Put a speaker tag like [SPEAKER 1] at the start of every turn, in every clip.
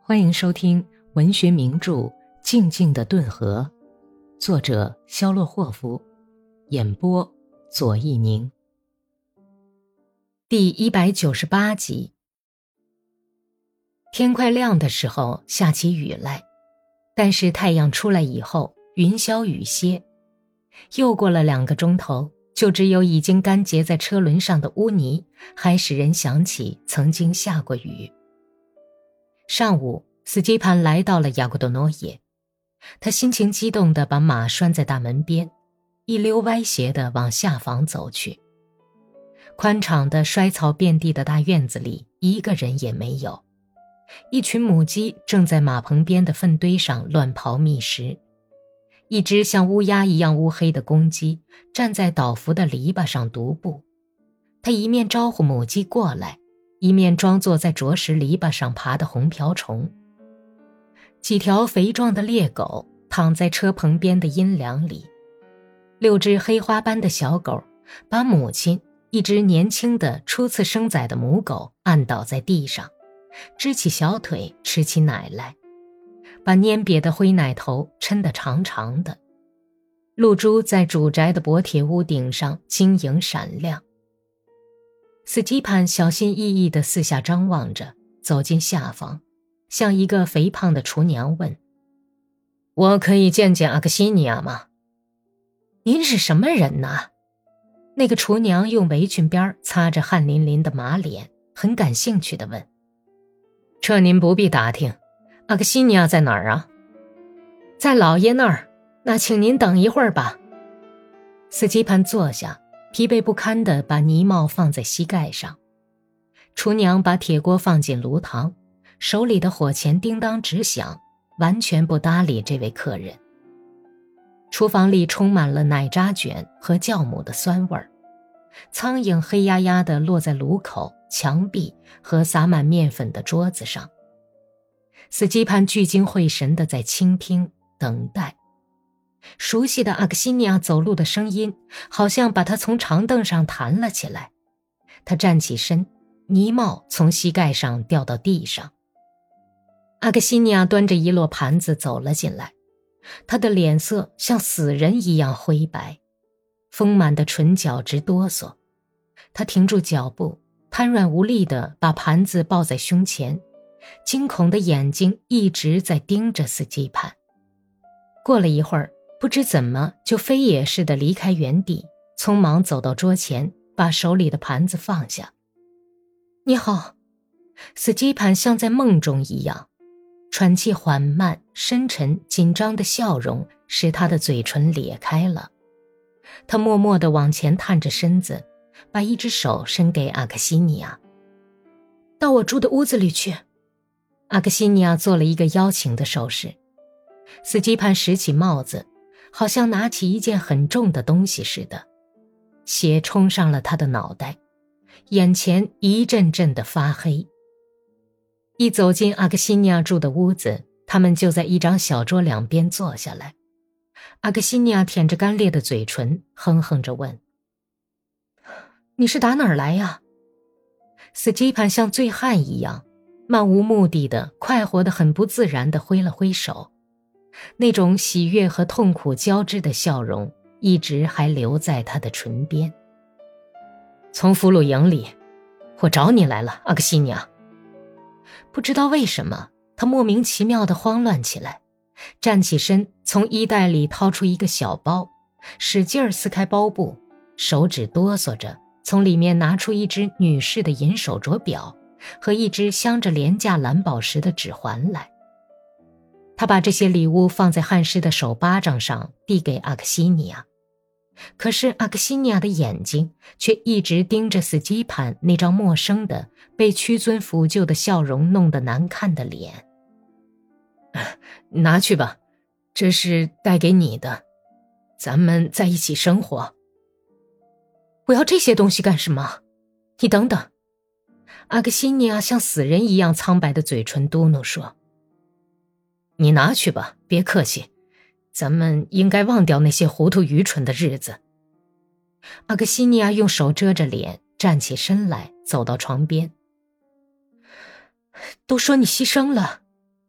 [SPEAKER 1] 欢迎收听文学名著《静静的顿河》，作者肖洛霍夫，演播左一宁。第198集。天快亮的时候下起雨来，但是太阳出来以后，云消雨歇。又过了2个钟头，就只有已经干结在车轮上的污泥还使人想起曾经下过雨。上午，斯基潘来到了雅古多诺耶，他心情激动地把马拴在大门边，一溜歪斜地往下房走去。宽敞的衰草遍地的大院子里一个人也没有，一群母鸡正在马棚边的粪堆上乱刨觅食，一只像乌鸦一样乌黑的公鸡站在倒伏的篱笆上独步，它一面招呼母鸡过来，一面装作在啄食篱笆上爬的红瓢虫。几条肥壮的猎狗躺在车棚边的阴凉里，6只黑花斑的小狗把母亲一只年轻的初次生崽的母狗按倒在地上，支起小腿吃起奶来，把蔫瘪的灰奶头抻得长长的。露珠在主宅的薄铁屋顶上晶莹闪亮。斯基潘小心翼翼地四下张望着，走进下房，向一个肥胖的厨娘问：“我可以见见阿克西尼亚吗？”“您是什么人呢？”那个厨娘用围裙边擦着汗淋淋的马脸，很感兴趣地问。“这您不必打听，阿克西尼亚在哪儿啊？”“在老爷那儿，那请您等一会儿吧。”斯基潘坐下，疲惫不堪地把泥帽放在膝盖上。厨娘把铁锅放进炉膛，手里的火钳叮当直响，完全不搭理这位客人。厨房里充满了奶渣卷和酵母的酸味儿，苍蝇黑压压地落在炉口、墙壁和撒满面粉的桌子上。斯基潘聚精会神地在倾听、等待。熟悉的阿克西尼亚走路的声音好像把他从长凳上弹了起来。他站起身，泥帽从膝盖上掉到地上。阿克西尼亚端着一摞盘子走了进来，他的脸色像死人一样灰白，丰满的唇角直哆嗦。他停住脚步，瘫软无力地把盘子抱在胸前，惊恐的眼睛一直在盯着斯基潘。过了一会儿，不知怎么就飞也似的离开原地，匆忙走到桌前，把手里的盘子放下。“你好。”斯基潘像在梦中一样，喘气缓慢、深沉、紧张的笑容使他的嘴唇咧开了。他默默地往前探着身子，把一只手伸给阿克西尼亚。“到我住的屋子里去。”阿克西尼亚做了一个邀请的手势。斯基潘拾起帽子，好像拿起一件很重的东西似的，血冲上了他的脑袋，眼前一阵阵的发黑。一走进阿克西尼亚住的屋子，他们就在一张小桌两边坐下来。阿克西尼亚舔着干裂的嘴唇，哼哼着问：“你是打哪儿来呀？”斯基潘像醉汉一样，漫无目的的、快活的、很不自然地挥了挥手，那种喜悦和痛苦交织的笑容一直还留在他的唇边。“从俘虏营里，我找你来了，阿克西尼亚。”不知道为什么，他莫名其妙地慌乱起来，站起身，从衣袋里掏出一个小包，使劲儿撕开包布，手指哆嗦着，从里面拿出一只女士的银手镯表和一只镶着廉价蓝宝石的指环来。他把这些礼物放在汗湿的手巴掌上，递给阿克西尼亚。可是阿克西尼亚的眼睛却一直盯着斯基潘那张陌生的、被屈尊抚就的笑容弄得难看的脸。“拿去吧，这是带给你的，咱们在一起生活。”“我要这些东西干什么？你等等。”阿克西尼亚像死人一样苍白的嘴唇嘟哝说：“你拿去吧，别客气，咱们应该忘掉那些糊涂愚蠢的日子。”阿克西尼亚用手遮着脸，站起身来，走到床边。“都说你牺牲了，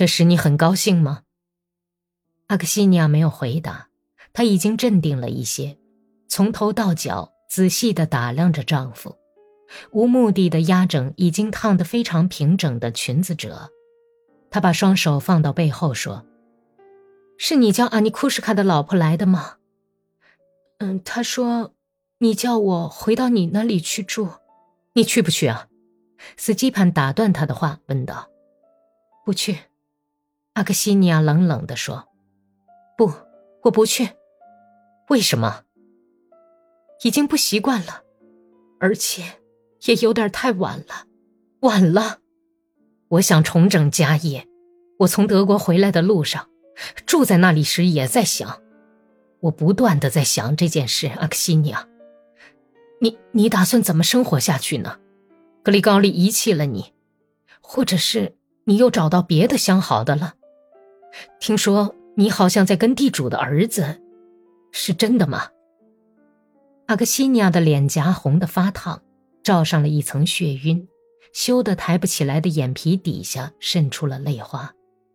[SPEAKER 1] 这使你很高兴吗？阿克西尼亚没有回答，她已经镇定了一些，从头到脚仔细地打量着丈夫，无目的地压整已经烫得非常平整的裙子褶。她把双手放到背后说：是你叫阿尼库什卡的老婆来的吗？她说你叫我回到你那里去住。你去不去啊？斯基潘打断他的话问道。不去。阿克西尼亚冷冷地说。不，我不去。为什么？已经不习惯了，而且也有点太晚了。晚了。我想重整家业。我从德国回来的路上，住在那里时也在想，我不断地在想这件事。阿克西尼亚，你打算怎么生活下去呢？格里高利遗弃了你，或者是你又找到别的相好的了？听说你好像在跟地主的儿子，是真的吗？阿克西尼亚的脸颊红得发烫，罩上了一层血晕，羞得抬不起来的眼皮底下渗出了泪花。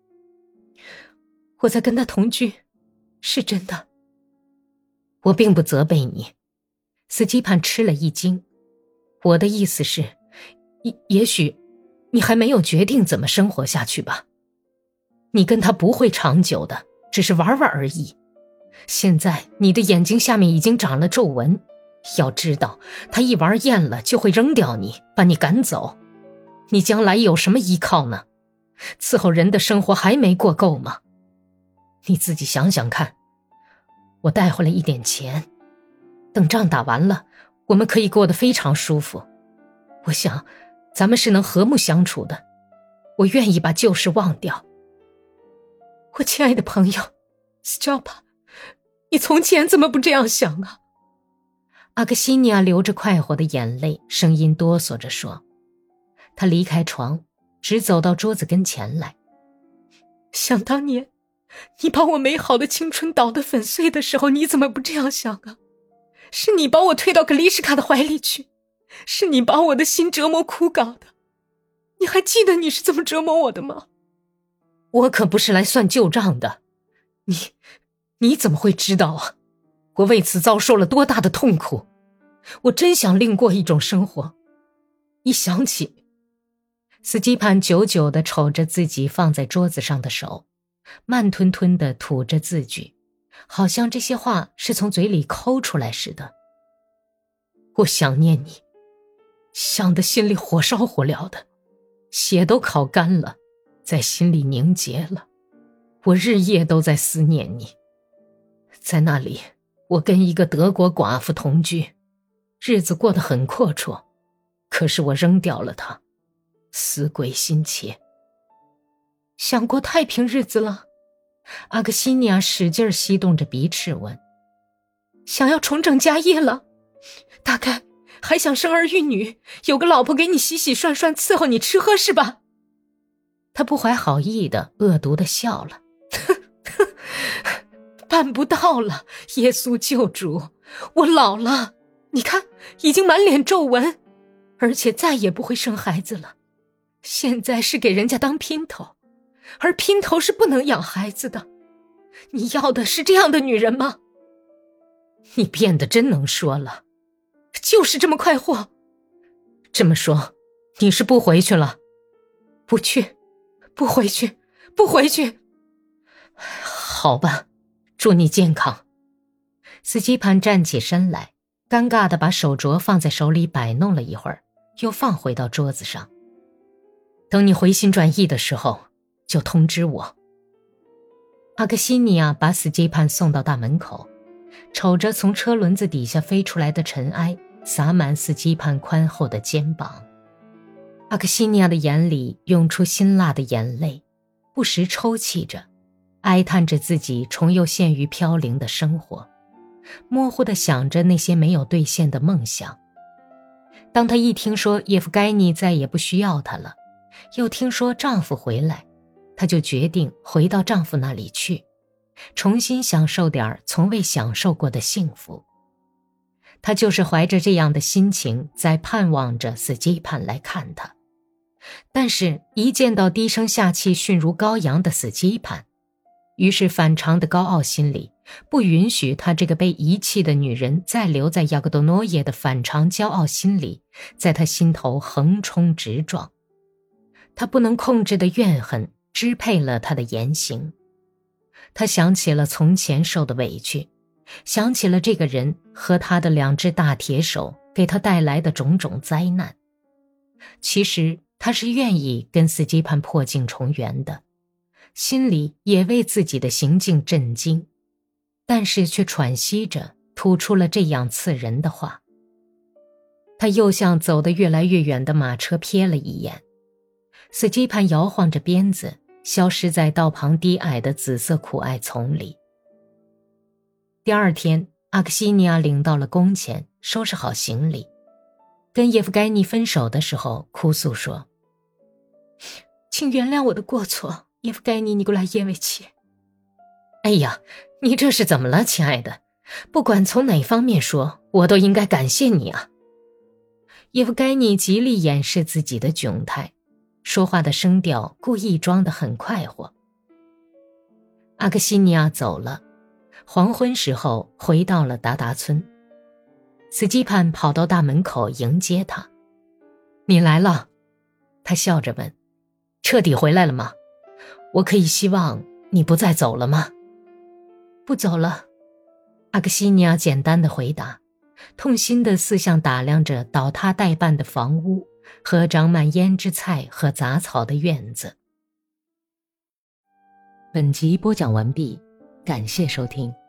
[SPEAKER 1] 我在跟他同居，是真的。我并不责备你。斯基潘吃了一惊。我的意思是，也许你还没有决定怎么生活下去吧。你跟他不会长久的，只是玩玩而已。现在你的眼睛下面已经长了皱纹，要知道他一玩厌了就会扔掉你，把你赶走。你将来有什么依靠呢？伺候人的生活还没过够吗？你自己想想看。我带回来一点钱，等仗打完了，我们可以过得非常舒服。我想咱们是能和睦相处的，我愿意把旧事忘掉。我亲爱的朋友斯乔帕，你从前怎么不这样想啊？阿克西尼亚流着快活的眼泪，声音哆嗦着说。他离开床，直走到桌子跟前来。想当年你把我美好的青春捣得粉碎的时候，你怎么不这样想啊？是你把我推到格丽什卡的怀里去，是你把我的心折磨枯槁的。你还记得你是怎么折磨我的吗？我可不是来算旧账的。你怎么会知道啊？我为此遭受了多大的痛苦。我真想另过一种生活。一想起，斯基潘久久地瞅着自己放在桌子上的手，慢吞吞地吐着字句，好像这些话是从嘴里抠出来似的。我想念你，想得心里火烧火燎的，血都烤干了，在心里凝结了。我日夜都在思念你。在那里，我跟一个德国寡妇同居，日子过得很阔绰，可是我扔掉了她，死鬼心切。想过太平日子了？阿克西尼亚使劲吸动着鼻翅问。想要重整家业了？大概还想生儿育女，有个老婆给你洗洗涮涮，伺候你吃喝是吧？他不怀好意的恶毒的笑了。办不到了，耶稣救主，我老了，你看已经满脸皱纹，而且再也不会生孩子了。现在是给人家当姘头，而姘头是不能养孩子的。你要的是这样的女人吗？你变得真能说了，就是这么快活。这么说，你是不回去了？不去，不回去，不回去。好吧，祝你健康。斯基潘站起身来，尴尬地把手镯放在手里摆弄了一会儿，又放回到桌子上。等你回心转意的时候，就通知我。阿克西尼亚把斯基潘送到大门口，瞅着从车轮子底下飞出来的尘埃洒满斯基潘宽厚的肩膀。阿克西尼亚的眼里涌出辛辣的眼泪，不时抽泣着，哀叹着自己重又陷于飘零的生活，模糊地想着那些没有兑现的梦想。当她一听说叶夫盖尼再也不需要她了，又听说丈夫回来，她就决定回到丈夫那里去，重新享受点从未享受过的幸福。她就是怀着这样的心情在盼望着斯基潘来看她， 但是一见到低声下气驯如羔羊的死基盘，于是反常的高傲心理不允许他这个被遗弃的女人再留在亚格多诺耶的反常骄傲心里，在他心头横冲直撞。他不能控制的怨恨支配了他的言行。他想起了从前受的委屈，想起了这个人和他的2只大铁手给他带来的种种灾难。其实他是愿意跟斯基潘破镜重圆的，心里也为自己的行径震惊，但是却喘息着吐出了这样刺人的话。他又向走得越来越远的马车瞥了一眼，斯基潘摇晃着鞭子，消失在道旁低矮的紫色苦艾丛里。第2天，阿克西尼亚领到了工钱，收拾好行李，跟叶夫盖尼分手的时候哭诉说：“请原谅我的过错，叶夫盖尼尼古拉耶维奇。”哎呀，你这是怎么了，亲爱的？不管从哪方面说，我都应该感谢你啊。叶夫盖尼极力掩饰自己的窘态，说话的声调故意装得很快活。阿克西尼亚走了，黄昏时候回到了达达村。斯基潘跑到大门口迎接他。你来了，他笑着问，彻底回来了吗？我可以希望你不再走了吗？不走了，阿克西尼亚简单的回答，痛心地四向打量着倒塌待办的房屋和长满胭脂菜和杂草的院子。本集播讲完毕，感谢收听。